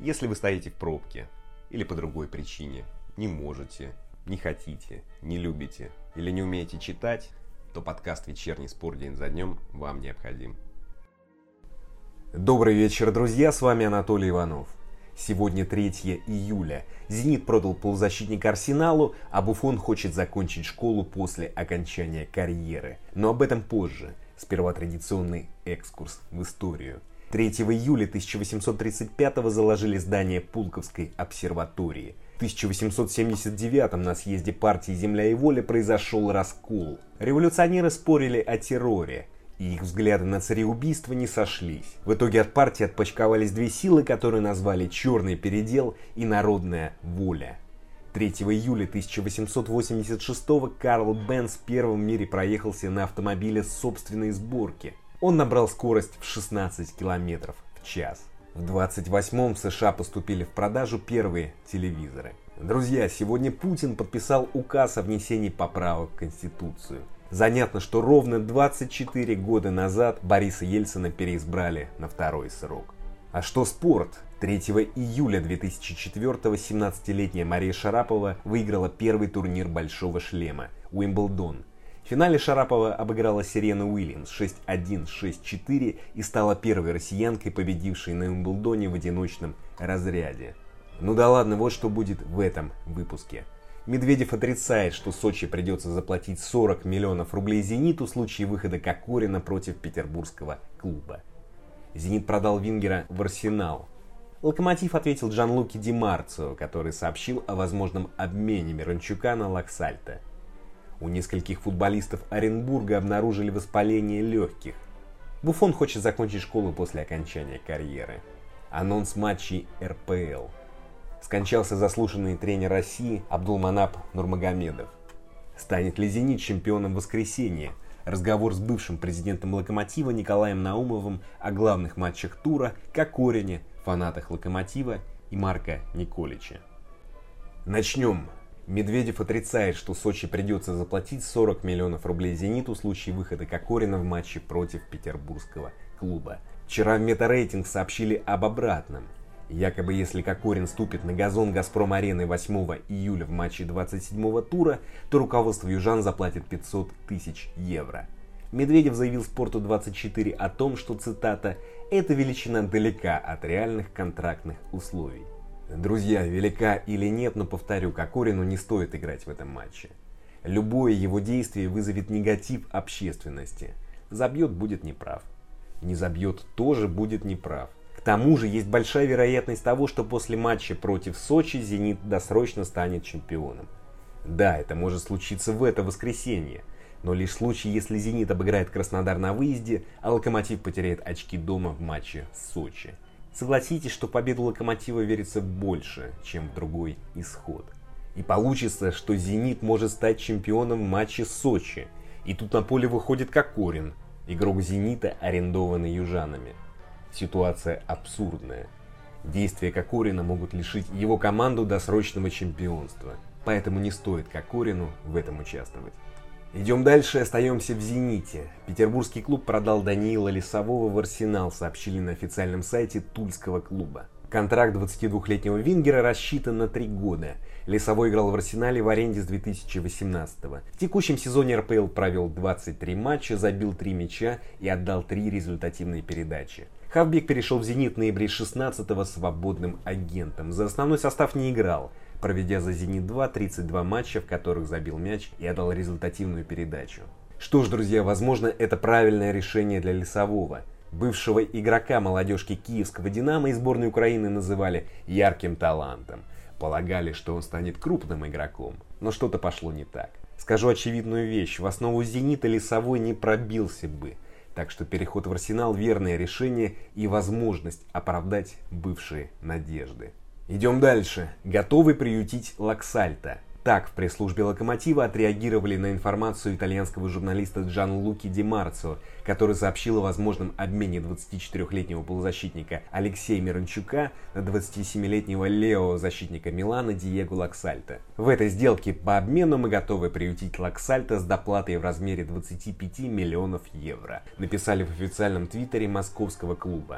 Если вы стоите в пробке или по другой причине, не можете, не хотите, не любите или не умеете читать, то подкаст «Вечерний спор день за днем» вам необходим. Добрый вечер, друзья, с вами Анатолий Иванов. Сегодня 3 июля. «Зенит» продал полузащитника Арсеналу, а Буфон хочет закончить школу после окончания карьеры. Но об этом позже. Сперва традиционный экскурс в историю. 3 июля 1835-го заложили здание Пулковской обсерватории. В 1879-м на съезде партии «Земля и воля» произошел раскол. Революционеры спорили о терроре, и их взгляды на цареубийство не сошлись. В итоге от партии отпочковались две силы, которые назвали «Черный передел» и «Народная воля». 3 июля 1886-го Карл Бенц первым в мире проехался на автомобиле собственной сборки. Он набрал скорость в 16 км в час. В 28-м в США поступили в продажу первые телевизоры. Друзья, сегодня Путин подписал указ о внесении поправок в Конституцию. Занятно, что ровно 24 года назад Бориса Ельцина переизбрали на второй срок. А что спорт? 3 июля 2004-го 17-летняя Мария Шарапова выиграла первый турнир «Большого шлема» – Уимблдон. В финале Шарапова обыграла Серену Уильямс 6-1, 6-4 и стала первой россиянкой, победившей на Уимблдоне в одиночном разряде. Ну да ладно, вот что будет в этом выпуске. Медведев отрицает, что Сочи придется заплатить 40 миллионов рублей «Зениту» в случае выхода Кокорина против петербургского клуба. «Зенит» продал Вингера в «Арсенал». «Локомотив» ответил Джанлуки Ди Марцио, который сообщил о возможном обмене Миранчука на Лаксальта. У нескольких футболистов Оренбурга обнаружили воспаление легких. Буфон хочет закончить школу после окончания карьеры. Анонс матчей РПЛ. Скончался заслуженный тренер России Абдулманап Нурмагомедов. Станет ли «Зенит» чемпионом в воскресенье? Разговор с бывшим президентом «Локомотива» Николаем Наумовым о главных матчах тура, Кокорине, фанатах «Локомотива» и Марка Николича. Начнем. Медведев отрицает, что Сочи придется заплатить 40 миллионов рублей «Зениту» в случае выхода Кокорина в матче против петербургского клуба. Вчера в Метарейтинг сообщили об обратном. Якобы если Кокорин ступит на газон «Газпром-арены» 8 июля в матче 27-го тура, то руководство южан заплатит 500 тысяч евро. Медведев заявил «Спорту-24» о том, что, цитата, «эта величина далека от реальных контрактных условий». Друзья, велика или нет, но повторю, Кокорину не стоит играть в этом матче. Любое его действие вызовет негатив общественности. Забьет — будет неправ. Не забьет — тоже будет неправ. К тому же есть большая вероятность того, что после матча против Сочи «Зенит» досрочно станет чемпионом. Да, это может случиться в это воскресенье, но лишь в случае, если «Зенит» обыграет Краснодар на выезде, а «Локомотив» потеряет очки дома в матче с Сочи. Согласитесь, что в победу «Локомотива» верится больше, чем в другой исход. И получится, что «Зенит» может стать чемпионом в матче с Сочи. И тут на поле выходит Кокорин, игрок «Зенита», арендованный южанами. Ситуация абсурдная. Действия Кокорина могут лишить его команду досрочного чемпионства. Поэтому не стоит Кокорину в этом участвовать. Идем дальше, остаемся в «Зените». Петербургский клуб продал Даниила Лисового в «Арсенал», сообщили на официальном сайте тульского клуба. Контракт 22-летнего вингера рассчитан на 3 года. Лисовой играл в «Арсенале» в аренде с 2018-го. В текущем сезоне РПЛ провел 23 матча, забил 3 мяча и отдал 3 результативные передачи. Хавбек перешел в «Зенит» в ноябре 16-го свободным агентом. За основной состав не играл, проведя за «Зенит-2» 32 матча, в которых забил мяч и отдал результативную передачу. Что ж, друзья, возможно, это правильное решение для Лисового. Бывшего игрока молодежки киевского «Динамо» и сборной Украины называли ярким талантом. Полагали, что он станет крупным игроком, но что-то пошло не так. Скажу очевидную вещь, в основу «Зенита» Лисовой не пробился бы. Так что переход в «Арсенал» – верное решение и возможность оправдать бывшие надежды. Идем дальше. Готовы приютить Лаксальта. Так в пресс-службе «Локомотива» отреагировали на информацию итальянского журналиста Джанлуки Ди Марцио, который сообщил о возможном обмене 24-летнего полузащитника Алексея Миранчука на 27-летнего Лео, защитника Милана Диего Лаксальта. В этой сделке по обмену мы готовы приютить Лаксальта с доплатой в размере 25 миллионов евро, написали в официальном твиттере московского клуба.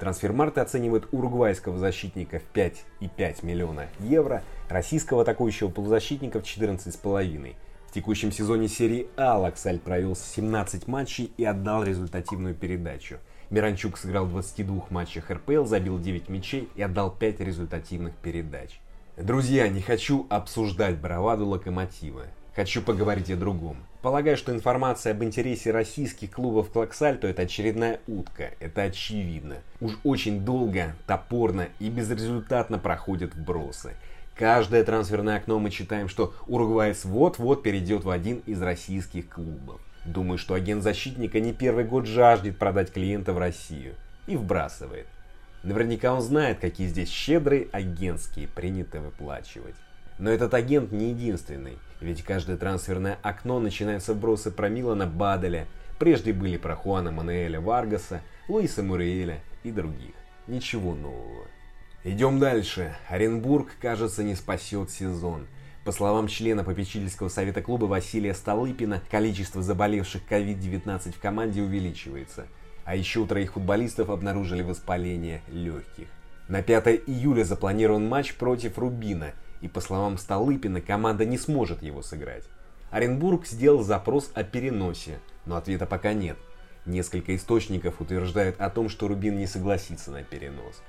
Трансфермаркт оценивает уругвайского защитника в 5,5 миллиона евро, российского атакующего полузащитника в 14,5. В текущем сезоне серии А Лаксаль провел 17 матчей и отдал результативную передачу. Миранчук сыграл в 22 матчах РПЛ, забил 9 мячей и отдал 5 результативных передач. Друзья, не хочу обсуждать браваду Локомотива. Хочу поговорить о другом. Полагаю, что информация об интересе российских клубов к Лаксальту — это очередная утка. Это очевидно. Уж очень долго, топорно и безрезультатно проходят вбросы. Каждое трансферное окно мы читаем, что уругваец вот-вот перейдет в один из российских клубов. Думаю, что агент защитника не первый год жаждет продать клиента в Россию. И вбрасывает. Наверняка он знает, какие здесь щедрые агентские принято выплачивать. Но этот агент не единственный, ведь каждое трансферное окно начинаются вбросы про Милана Баделя, прежде были про Хуана Мануэля Варгаса, Луиса Муриэля и других. Ничего нового. Идем дальше. Оренбург, кажется, не спасет сезон. По словам члена попечительского совета клуба Василия Столыпина, количество заболевших COVID-19 в команде увеличивается. А еще у 3 футболистов обнаружили воспаление легких. На 5 июля запланирован матч против Рубина, и по словам Столыпина, команда не сможет его сыграть. Оренбург сделал запрос о переносе, но ответа пока нет. Несколько источников утверждают о том, что Рубин не согласится на перенос.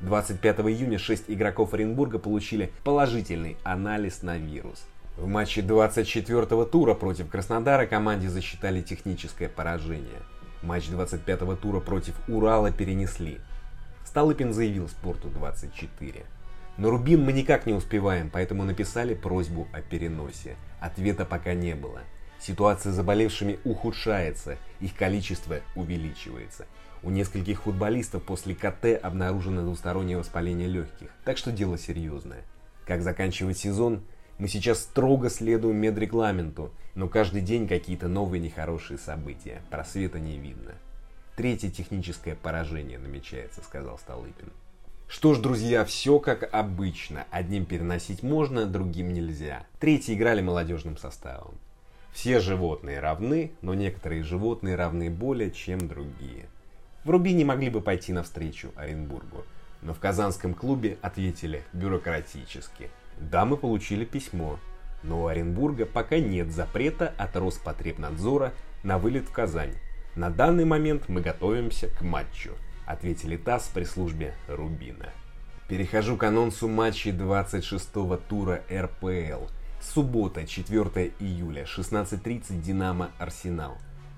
25 июня 6 игроков Оренбурга получили положительный анализ на вирус. В матче 24-го тура против Краснодара команде засчитали техническое поражение. Матч 25-го тура против Урала перенесли. Столыпин заявил Спорту-24. На Рубин мы никак не успеваем, поэтому написали просьбу о переносе. Ответа пока не было. Ситуация с заболевшими ухудшается, их количество увеличивается. У нескольких футболистов после КТ обнаружено двустороннее воспаление легких, так что дело серьезное. Как заканчивать сезон? Мы сейчас строго следуем медрегламенту, но каждый день какие-то новые нехорошие события, просвета не видно. 3-е техническое поражение намечается, сказал Столыпин. Что ж, друзья, все как обычно. Одним переносить можно, другим нельзя. 3-е играли молодежным составом. Все животные равны, но некоторые животные равны более, чем другие. В Рубине могли бы пойти навстречу Оренбургу, но в казанском клубе ответили бюрократически. Да, мы получили письмо, но у Оренбурга пока нет запрета от Роспотребнадзора на вылет в Казань. На данный момент мы готовимся к матчу, ответили ТАСС при службе Рубина. Перехожу к анонсу матчей 26-го тура РПЛ. Суббота, 4 июля, 16:30 Динамо Арсенал.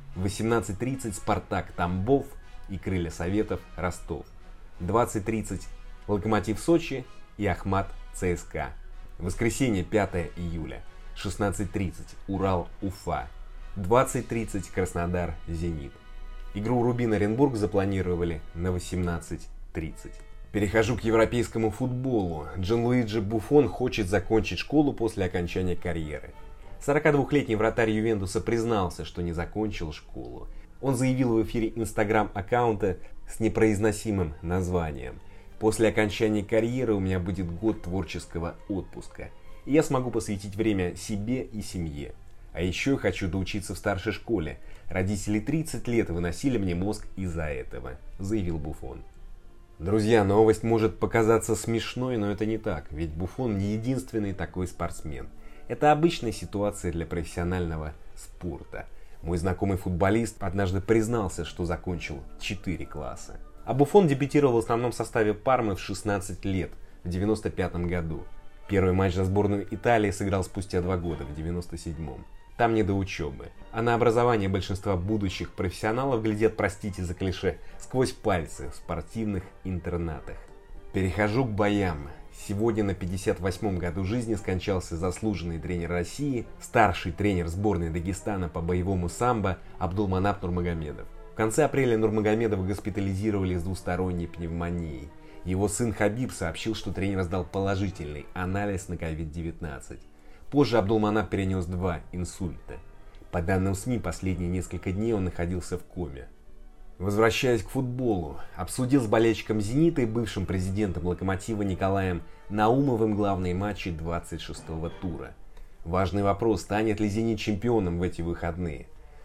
18:30 Спартак Тамбов и Крылья Советов Ростов. 20:30 Локомотив Сочи и Ахмат ЦСКА. Воскресенье, 5 июля, 16:30 Урал Уфа. 20:30 Краснодар Зенит. Игру Рубин Оренбург запланировали на 18:30. Перехожу к европейскому футболу. Джанлуиджи Буффон хочет закончить школу после окончания карьеры. 42-летний вратарь Ювентуса признался, что не закончил школу. Он заявил в эфире инстаграм-аккаунта с непроизносимым названием: «После окончания карьеры у меня будет год творческого отпуска, и я смогу посвятить время себе и семье. А еще я хочу доучиться в старшей школе. Родители 30 лет выносили мне мозг из-за этого», — заявил Буффон. Друзья, новость может показаться смешной, но это не так, ведь Буффон не единственный такой спортсмен. Это обычная ситуация для профессионального спорта. Мой знакомый футболист однажды признался, что закончил 4 класса. А Буффон дебютировал в основном составе Пармы в 16 лет, в 95 году. Первый матч за сборную Италии сыграл спустя 2 года, в 97-м. Там не до учебы. А на образование большинства будущих профессионалов глядят, простите за клише, сквозь пальцы в спортивных интернатах. Перехожу к боям. Сегодня на 58-м году жизни скончался заслуженный тренер России, старший тренер сборной Дагестана по боевому самбо Абдулманап Нурмагомедов. В конце апреля Нурмагомедова госпитализировали с двусторонней пневмонией. Его сын Хабиб сообщил, что тренер сдал положительный анализ на COVID-19. Позже Абдулманап перенес 2 инсульта. По данным СМИ, последние несколько дней он находился в коме. Возвращаясь к футболу, обсудил с болельщиком «Зенита» и бывшим президентом «Локомотива» Николаем Наумовым главные матчи 26-го тура. Важный вопрос: станет ли «Зенит» чемпионом в эти выходные?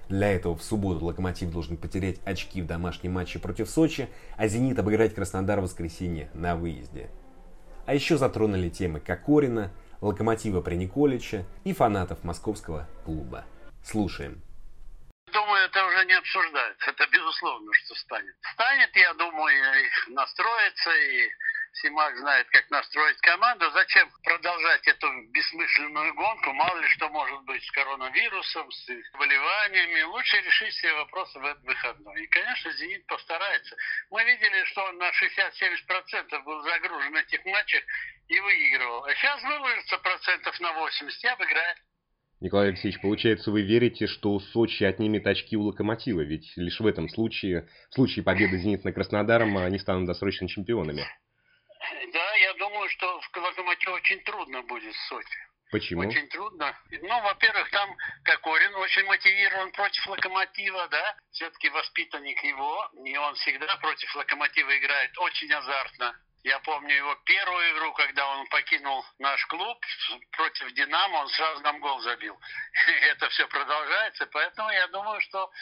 Для этого в субботу Локомотив должен потерять очки в домашнем матче против Сочи, а Зенит обыграть Краснодар в воскресенье на выезде. А еще затронули темы Кокорина, Локомотива при Николиче и фанатов московского клуба. Слушаем. Думаю, это уже не обсуждается. Это безусловно, что станет. Станет, я думаю, и настроится, и Симак знает, как настроить команду. Зачем продолжать эту бессмысленную гонку? Мало ли что может быть с коронавирусом, с заболеваниями. Лучше решить все вопросы в этот выходной. И, конечно, «Зенит» постарается. Мы видели, что он на 60-70% был загружен в этих матчах и выигрывал. А сейчас выложится процентов на 80 и обыграет. Николай Алексеевич, получается, вы верите, что Сочи отнимет очки у Локомотива? Ведь лишь в этом случае, в случае победы «Зенита» над Краснодаром, они станут досрочно чемпионами. Да, я думаю, что в Локомотиве очень трудно будет в Сочи. Почему? Очень трудно. Ну, во-первых, там Кокорин очень мотивирован против Локомотива, да. Все-таки воспитанник его, и он всегда против Локомотива играет очень азартно. Я помню его первую игру, когда он покинул наш клуб против «Динамо», он сразу нам гол забил. Это все продолжается, поэтому я думаю, что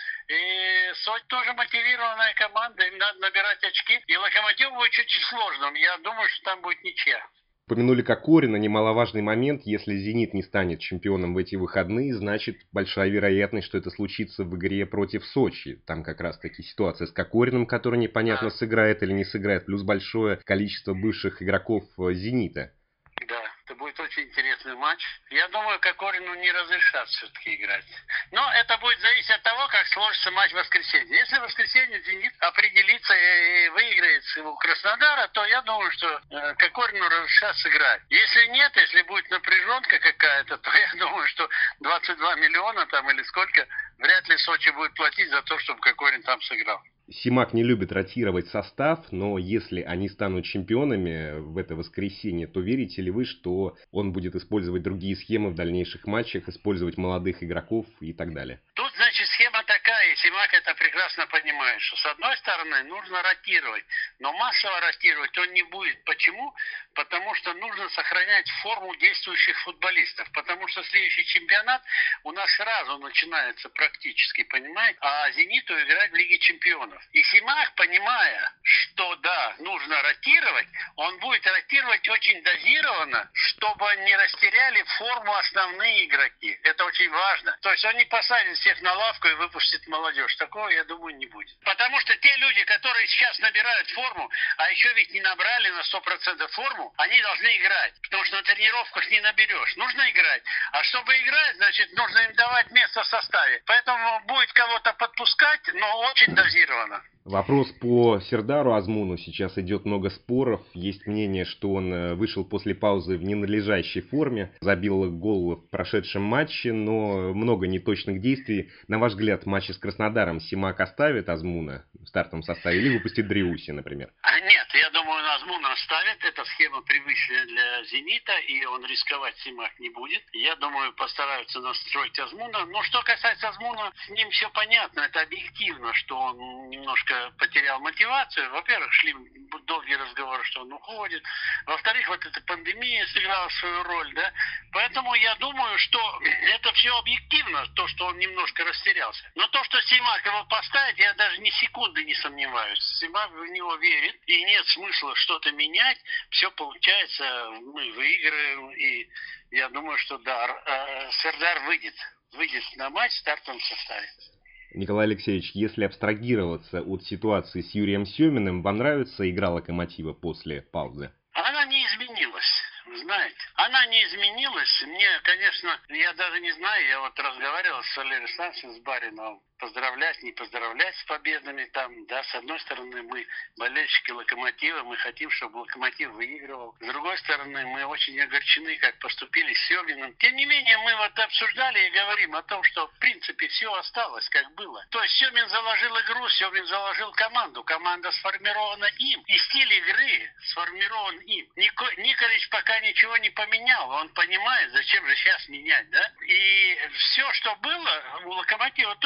и Сочи тоже мотивированная команда, им надо набирать очки. И «Локомотив» будет чуть сложным, я думаю, что там будет ничья. Упомянули Кокорина, немаловажный момент. Если «Зенит» не станет чемпионом в эти выходные, значит большая вероятность, что это случится в игре против Сочи. Там как раз таки ситуация с Кокориным, который непонятно сыграет или не сыграет, плюс большое количество бывших игроков «Зенита». Да, это будет очень интересный матч. Я думаю, Кокорину не разрешат все-таки играть. Но это будет зависеть от того, как сложится матч в воскресенье. Если в воскресенье «Зенит» определится и выиграет у Краснодара, то я думаю, что Кокорину разрешат сыграть. Если нет, если будет напряженка какая-то, то я думаю, что 22 миллиона там или сколько, вряд ли Сочи будет платить за то, чтобы Кокорин там сыграл. Симак не любит ротировать состав, но если они станут чемпионами в это воскресенье, то верите ли вы, что он будет использовать другие схемы в дальнейших матчах, использовать молодых игроков и так далее? Тут, значит, схема такая, и Симак это прекрасно понимает, что с одной стороны нужно ротировать, но массово ротировать он не будет. Почему? Потому что нужно сохранять форму действующих футболистов, потому что следующий чемпионат у нас сразу начинается практически, понимаете, а «Зениту» играть в Лиге чемпионов. И Симак, понимая, что да, нужно ротировать, он будет ротировать очень дозированно, чтобы не растеряли форму основные игроки. Это очень важно. То есть он не посадит всех на лавку и выпустит молодежь. Такого, я думаю, не будет. Потому что те люди, которые сейчас набирают форму, а еще ведь не набрали на 100% форму, они должны играть. Потому что на тренировках не наберешь. Нужно играть. А чтобы играть, значит, нужно им давать место в составе. Поэтому будет кого-то подпускать, но очень дозированно. Вопрос по Сердару Азмуну. Сейчас идет много споров. Есть мнение, что он вышел после паузы в ненадлежащей форме. Забил гол в прошедшем матче, но много неточных действий. На ваш взгляд, в матче с Краснодаром Симак оставит Азмуна в стартовом составе или выпустит Дриуси, например? Нет, я думаю, Азмуна оставит. Эта схема привычная для «Зенита», и он рисковать Симак не будет. Я думаю, постараются настроить Азмуна. Но что касается Азмуна, с ним все понятно. Это объективно, что он немножко потерял мотивацию. Во-первых, шли долгие разговоры, что он уходит. Во-вторых, вот эта пандемия сыграла свою роль, да. Поэтому я думаю, что это все объективно, то, что он немножко растерялся. Но то, что Симак его поставит, я даже ни секунды не сомневаюсь. Симак в него верит, и нет смысла что-то менять. Все получается, мы выиграем, и я думаю, что да, Сердар выйдет на матч в стартовом составе. Николай Алексеевич, если абстрагироваться от ситуации с Юрием Семиным, вам нравится игра Локомотива после паузы? Она не изменилась, вы знаете. Она не изменилась. Мне, конечно, я даже не знаю, я вот разговаривал с Валерием Александровичем, с Бариновым, поздравлять, не поздравлять с победами там, да, с одной стороны мы болельщики Локомотива, мы хотим, чтобы Локомотив выигрывал, с другой стороны мы очень огорчены, как поступили с Семиным. Тем не менее, мы вот обсуждали и говорим о том, что в принципе все осталось, как было. То есть Семин заложил игру, Семин заложил команду, команда сформирована им, и стиль игры сформирован им. Николич пока ничего не поменял, он понимает, зачем же сейчас менять, да, и все, что было у Локомотива, то и осталось.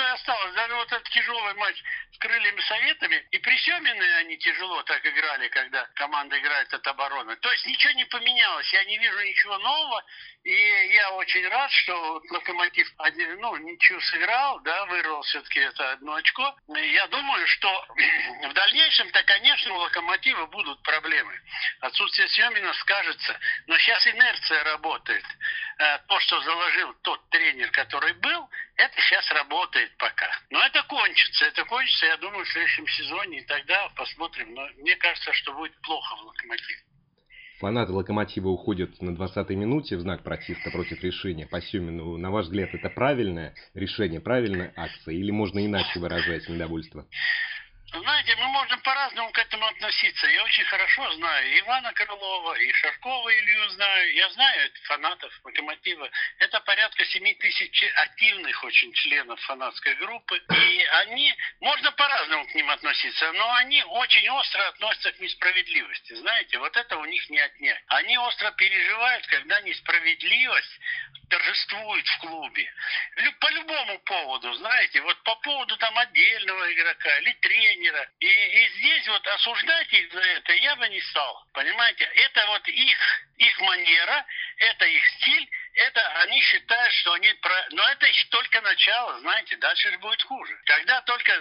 казалось, даже вот этот тяжелый матч с Крыльями Советами, и при Семине они тяжело так играли, когда команда играет от обороны. То есть ничего не поменялось, я не вижу ничего нового, и я очень рад, что Локомотив, ничего сыграл, да, вырвал все-таки это 1 очко. Я думаю, что в дальнейшем-то, конечно, у Локомотива будут проблемы. Отсутствие Семина скажется, но сейчас инерция работает. То, что заложил тот тренер, который был, это сейчас работает пока. Но это кончится, я думаю, в следующем сезоне, и тогда посмотрим. Но мне кажется, что будет плохо в Локомотиве. Фанаты Локомотива уходят на 20-й минуте в знак протеста против решения по Семину. На ваш взгляд, это правильное решение, правильная акция? Или можно иначе выражать недовольство? Знаете, мы можем по-разному к этому относиться. Я очень хорошо знаю и Ивана Крылова, и Шаркова Илью знаю. Я знаю фанатов Локомотива. Это порядка 7 тысяч активных очень членов фанатской группы. И можно по-разному к ним относиться, но они очень остро относятся к несправедливости. Знаете, вот это у них не отнять. Они остро переживают, когда несправедливость торжествует в клубе. По любому поводу, знаете, вот по поводу там отдельного игрока или тренера. И здесь вот осуждать их за это я бы не стал. Понимаете, это вот их манера, это их стиль, это они считают, что они... Но это еще только начало, знаете, дальше же будет хуже. Когда только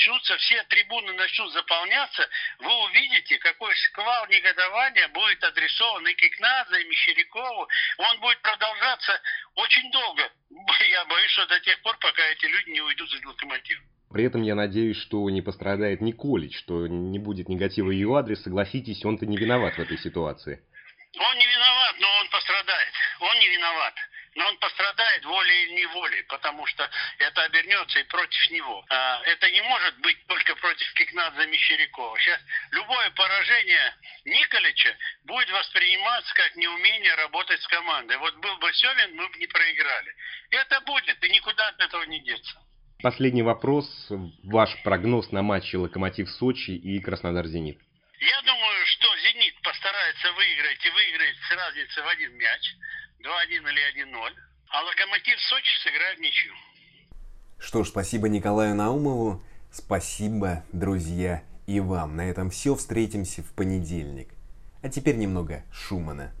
все трибуны начнут заполняться, вы увидите, какой шквал негодования будет адресован и Кикнадзе, и Мещерякову. Он будет продолжаться очень долго. Я боюсь, что до тех пор, пока эти люди не уйдут из Локомотива. При этом я надеюсь, что не пострадает Николич, что не будет негатива в ее адрес. Согласитесь, он-то не виноват в этой ситуации. Он не виноват, но он пострадает. Он не виноват. Но он пострадает волей или неволей, потому что это обернется и против него. Это не может быть только против Кикнадзе и Мещерякова. Сейчас любое поражение Николича будет восприниматься как неумение работать с командой. Вот был бы Семин, мы бы не проиграли. Это будет, и никуда от этого не деться. Последний вопрос. Ваш прогноз на матче Локомотив-Сочи и Краснодар-Зенит? Я думаю, что «Зенит» постарается выиграть и выиграет с разницей в 1 мяч. 2-1 или 1-0. А «Локомотив» Сочи сыграет в ничью. Что ж, спасибо Николаю Наумову. Спасибо, друзья, и вам. На этом все. Встретимся в понедельник. А теперь немного Шумана.